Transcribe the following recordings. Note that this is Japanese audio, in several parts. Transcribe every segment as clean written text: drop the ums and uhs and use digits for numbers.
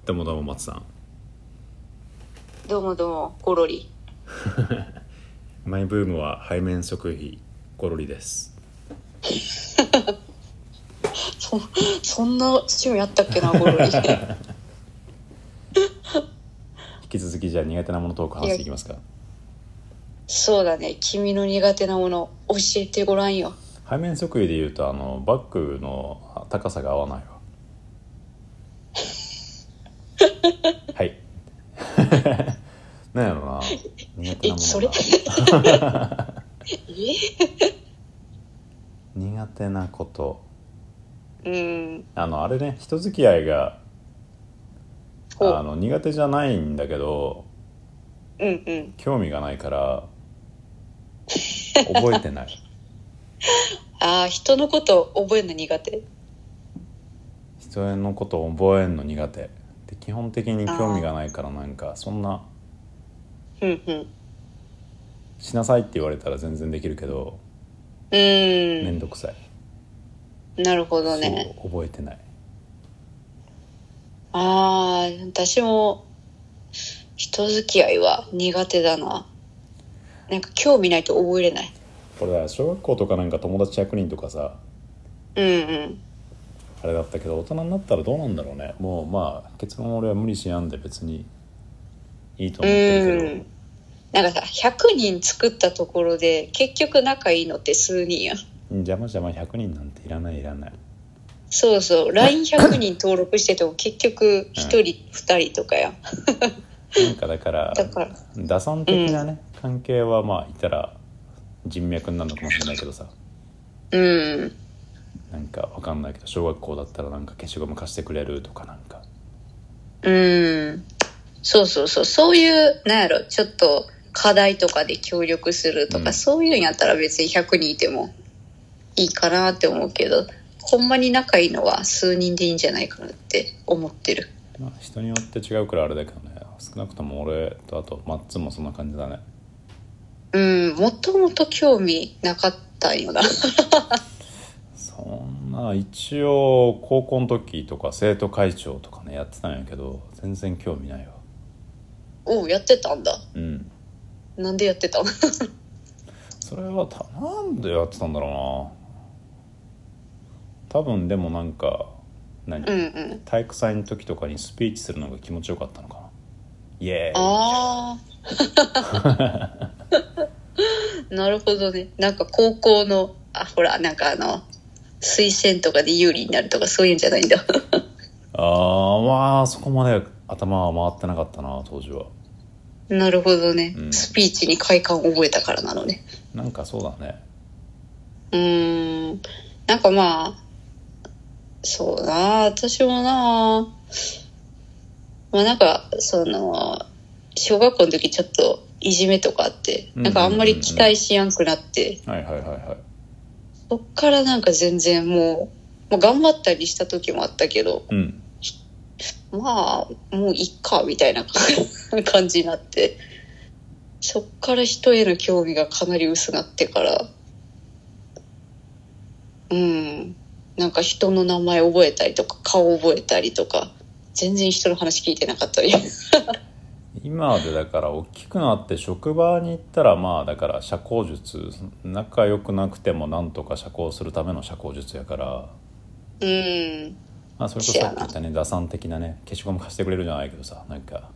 どうもどうも松さん。 どうもどうもゴロリ。 マイブームは背面即位ゴロリです。 そんな趣味あったっけなゴロリ。 引き続きじゃあ苦手なものトーク話していきますか。 そうだね、君の苦手なもの教えてごらんよ。 背面即位で言うとバッグの高さが合わないわ。はいなんやろな、苦手なもそれのな苦手なこと、あれね、人付き合いが苦手じゃないんだけど、興味がないから覚えてない。 人のこと覚えるの苦手。 人のことを覚えるの苦手で、基本的に興味がないから、なんかそんなしなさいって言われたら全然できるけど、めんどくさい。 なるほどね。 そう、覚えてない。 私も人付き合いは苦手だな。なんか興味ないと覚えれない。 これは小学校とかなんか友達100人とかさ、あれだったけど、大人になったらどうなんだろうね。もうまあ結論俺は無理しやんで別にいいと思ってるけど、 なんかさ、100人作ったところで結局仲いいのって数人やん。 邪魔100人なんていらない。 そうそう、LINE100 人登録してても結局1人、2人とかやん。 なんかだから打算的なね、関係はまあいたら人脈になるのかもしれないけどさ、なんかわかんないけど、小学校だったらなんか消しゴム貸してくれるとか、なんかそういうなんやろ、ちょっと課題とかで協力するとか、そういうんやったら別に100人いてもいいかなって思うけど、ほんまに仲いいのは数人でいいんじゃないかなって思ってる。 まあ人によって違うからあれだけどね、少なくとも俺とあとマッツンもそんな感じだね。 もともと興味なかったんよな。 そんな、一応高校の時とか生徒会長とかねやってたんやけど、全然興味ないわ。 やってたんだ。なんでやってたの？ それはなんでやってたんだろうな。多分でもなんか体育祭の時とかにスピーチするのが気持ちよかったのかな。イエーイ。なるほどね。なんか高校のほら、なんか推薦とかで有利になるとかそういうんじゃないんだ。 まあそこまで頭は回ってなかったな当時は。 なるほどね、スピーチに快感を覚えたからなのね。 なんかそうだね。 なんかまあそうな、私もな、なんか小学校の時ちょっといじめとかあって、なんかあんまり期待しやんくなって、そっからなんか全然もう頑張ったりした時もあったけど、まあもういっかみたいな感じになって、そっから人への興味がかなり薄なってから、なんか人の名前覚えたりとか顔覚えたりとか、全然人の話聞いてなかったり。 今でだから大きくなって職場に行ったら、まあだから社交術、仲良くなくてもなんとか社交するための社交術やから、まあそれこそさっき言ったね、打算的なね、消しゴム貸してくれるじゃないけどさ、なんか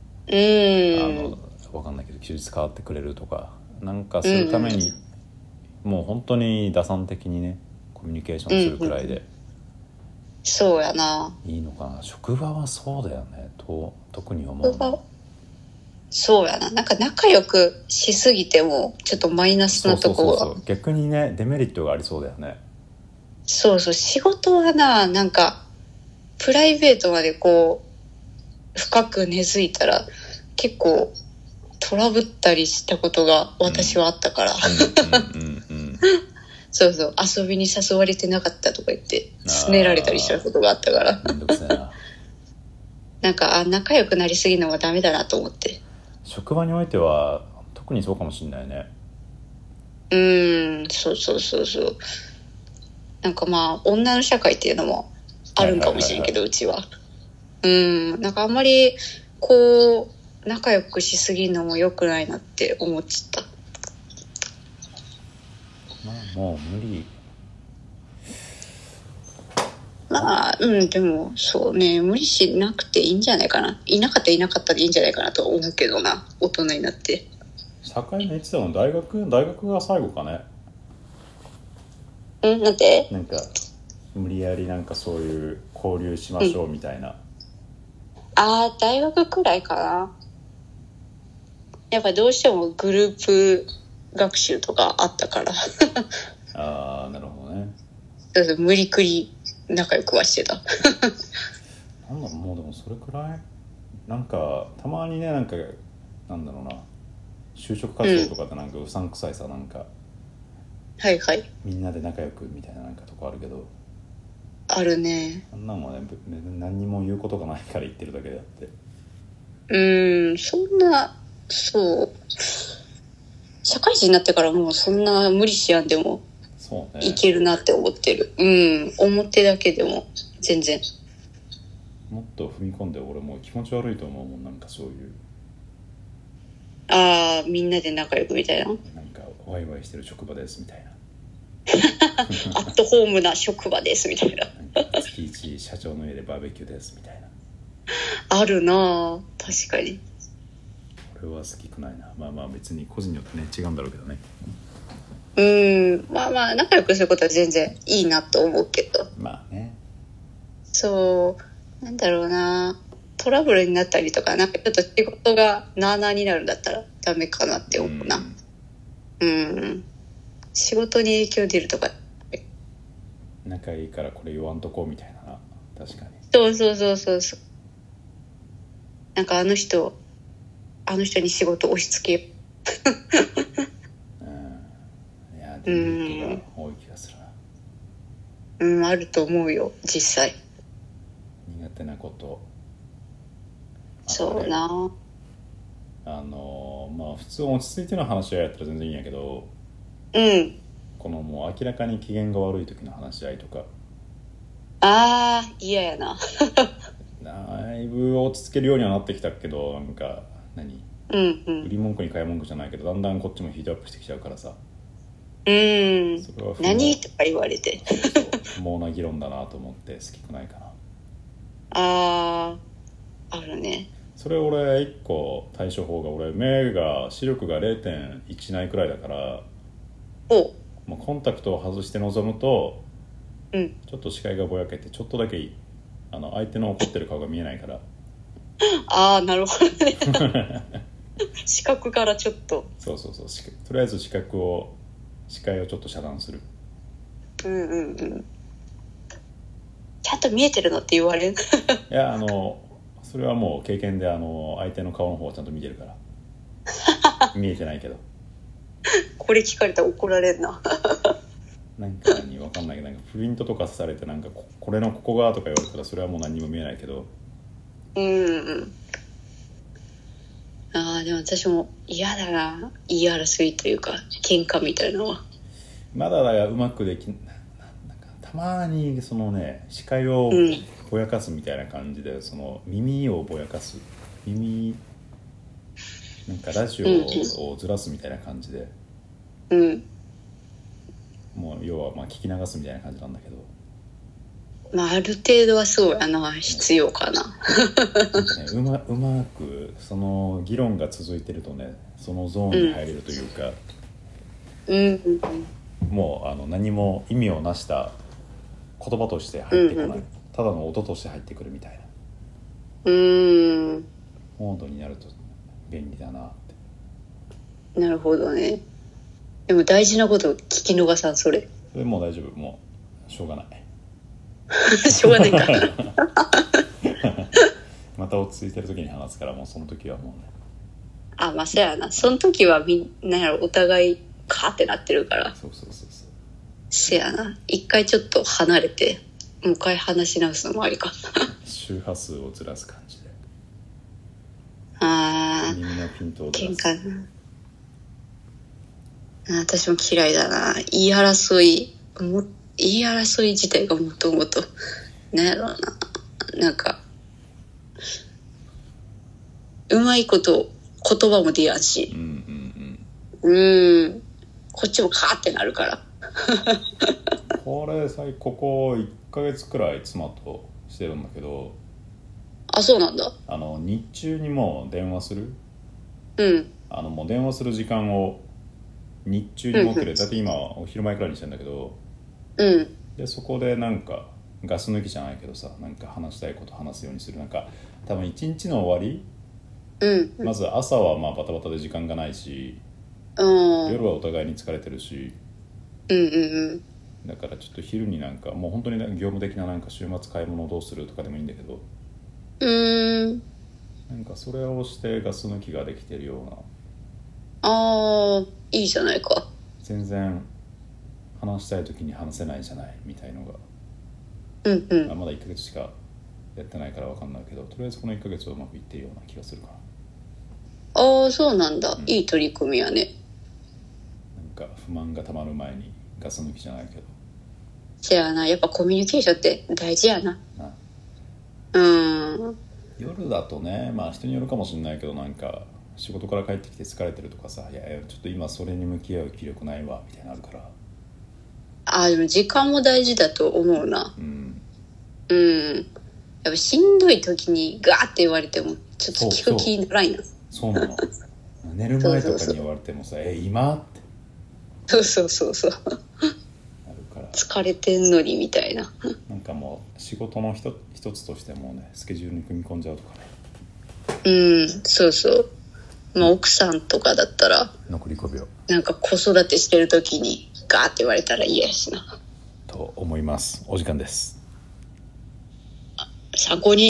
わかんないけど休日変わってくれるとかなんかするために、もう本当に打算的にねコミュニケーションするくらいで、 そうやな。 いいのかな。職場はそうだよねと特に思うな。 そうやな。なんか仲良くしすぎてもちょっとマイナスなところが、 逆にねデメリットがありそうだよね。 そう仕事はなんかプライベートまでこう深く根付いたら結構トラブったりしたことが私はあったから、遊びに誘われてなかったとか言ってすねられたりしたことがあったから、 めんどくさいな。 なんか仲良くなりすぎるのはダメだなと思って。 職場においては特にそうかもしれないね。 そうなんかまあ女の社会っていうのもあるんかもしれんけど、うちはなんかあんまりこう仲良くしすぎるのも良くないなって思っちゃった。 まあもう無理。 まあでもそうね、無理しなくていいんじゃないかな。いなかったらいなかったでいいんじゃないかなと思うけどな、大人になって。 境目言ってたの大学が最後かね。 なんでなんか無理やりなんかそういう交流しましょうみたいな、 大学くらいかな。やっぱどうしてもグループ学習とかあったからああなるほどね。 無理くり仲良くはしてたなんだろう、もうでもそれくらいなんかたまにね、なんかなんだろうな、就職活動とかでなんかうさんくさいさ、なんかはいはい、 みんなで仲良くみたいななんかとこあるけど、 あるね。 あんなのはね何にも言うことがないから言ってるだけであって、 そんな、そう社会人になってからもうそんな無理しやんでもそうね、 いけるなって思ってる。表だけでも全然。 もっと踏み込んで俺もう気持ち悪いと思うもん、なんかそういうみんなで仲良くみたいな、 なんかワイワイしてる職場ですみたいなアットホームな職場ですみたいななんか月一社長の家でバーベキューですみたいなあるな。確かに。 俺は好きくないな。まあまあ別に個人によってね違うんだろうけどね。 まあまあ仲良くすることは全然いいなと思うけど、 まあね、 そうなんだろうな、トラブルになったりとか、なんかちょっと仕事がなあなあになるんだったらダメかなって思うな。仕事に影響出るとか、 仲いいからこれ言わんとこうみたいなな。確かにそうなんかあの人に仕事押し付けいやデメリットが多い気がするな。 あると思うよ実際。 苦手なこと、 そうな。 まあ普通落ち着いての話し合いやったら全然いいんやけど、このもう明らかに機嫌が悪い時の話し合いとか、 嫌やなだいぶ落ち着けるようにはなってきたけど、なんか売り文句に買い文句じゃないけど、だんだんこっちもヒートアップしてきちゃうからさ、それは何とか言われて不毛な議論だなと思って好きくないかな。 あるね。 それ俺一個対処法が、俺視力が 0.1 ないくらいだから、もうコンタクトを外して臨むと、ちょっと視界がぼやけてちょっとだけいい、相手の怒ってる顔が見えないから。 なるほどね視覚からちょっと、 そうとりあえず視界をちょっと遮断する。 ちゃんと見えてるのって言われるいやそれはもう経験で相手の顔の方をちゃんと見てるから見えてないけどこれ聞かれたら怒られるななんか分かんないけど、なんかプリントとかされて、なんかこれのここがとか言われたらそれはもう何にも見えないけど、 でも私も嫌だな、言い争いというか喧嘩みたいなのは。 まだうまくできなんかたまにそのね、視界をぼやかすみたいな感じで、その耳をぼやかす、なんかラジオをずらすみたいな感じで、もう要はまあ聞き流すみたいな感じなんだけど、 ある程度はそうやな、必要かな。 なんかね、うまくその議論が続いてるとね、そのゾーンに入れるというか、もう何も意味をなした言葉として入ってこない、ただの音として入ってくるみたいなモードになると便利だなって。 なるほどね。でも大事なこと聞き逃さん、それもう大丈夫、もうしょうがないしょうがないかまた落ち着いてる時に話すから、もうその時はもうね、 まあそうやな、その時はみんなお互いカーってなってるから。 そうせやな、一回ちょっと離れてもう一回話し直すのもありか周波数をずらす感じで、耳のピントをずらす。 喧嘩な、私も嫌いだな、言い争い自体がもともとなんやろうな、なんかうまいこと言葉も出やんし、こっちもカーってなるから。 これここ1ヶ月くらい妻としてるんだけど。 あ、そうなんだ。 日中にもう電話する。もう電話する時間を日中に設ける。だって今お昼前くらいにしてんだけど、でそこでなんかガス抜きじゃないけどさ、なんか話したいこと話すようにする。なんか多分一日の終わり、まず朝はまあバタバタで時間がないし、夜はお互いに疲れてるし、だからちょっと昼になんかもう本当に業務的ななんか週末買い物どうするとかでもいいんだけど、なんかそれをしてガス抜きができてるような。 いいじゃないか。 全然話したい時に話せないじゃないみたいのが、まだ1ヶ月しかやってないから分かんないけど、とりあえずこの1ヶ月はうまくいってるような気がするかな。 そうなんだ、いい取り組みやね。 なんか不満がたまる前にガス抜きじゃないけど。 じゃあな、やっぱコミュニケーションって大事やな。 夜だとね、まあ人によるかもしれないけど、なんか仕事から帰ってきて疲れてるとかさ、いやちょっと今それに向き合う気力ないわみたいなのあるから。 でも時間も大事だと思うな。やっぱしんどい時にガーって言われてもちょっと聞く気にならんやん。 そうなの。寝る前とかに言われてもさ、今って。 そうあるから。疲れてんのにみたいな。 なんかもう仕事の一つとしてもうね、スケジュールに組み込んじゃうとかね。 まあ奥さんとかだったら残り5秒。 なんか子育てしてる時にガーって言われたら嫌やしな。 と思います。お時間です。 参考に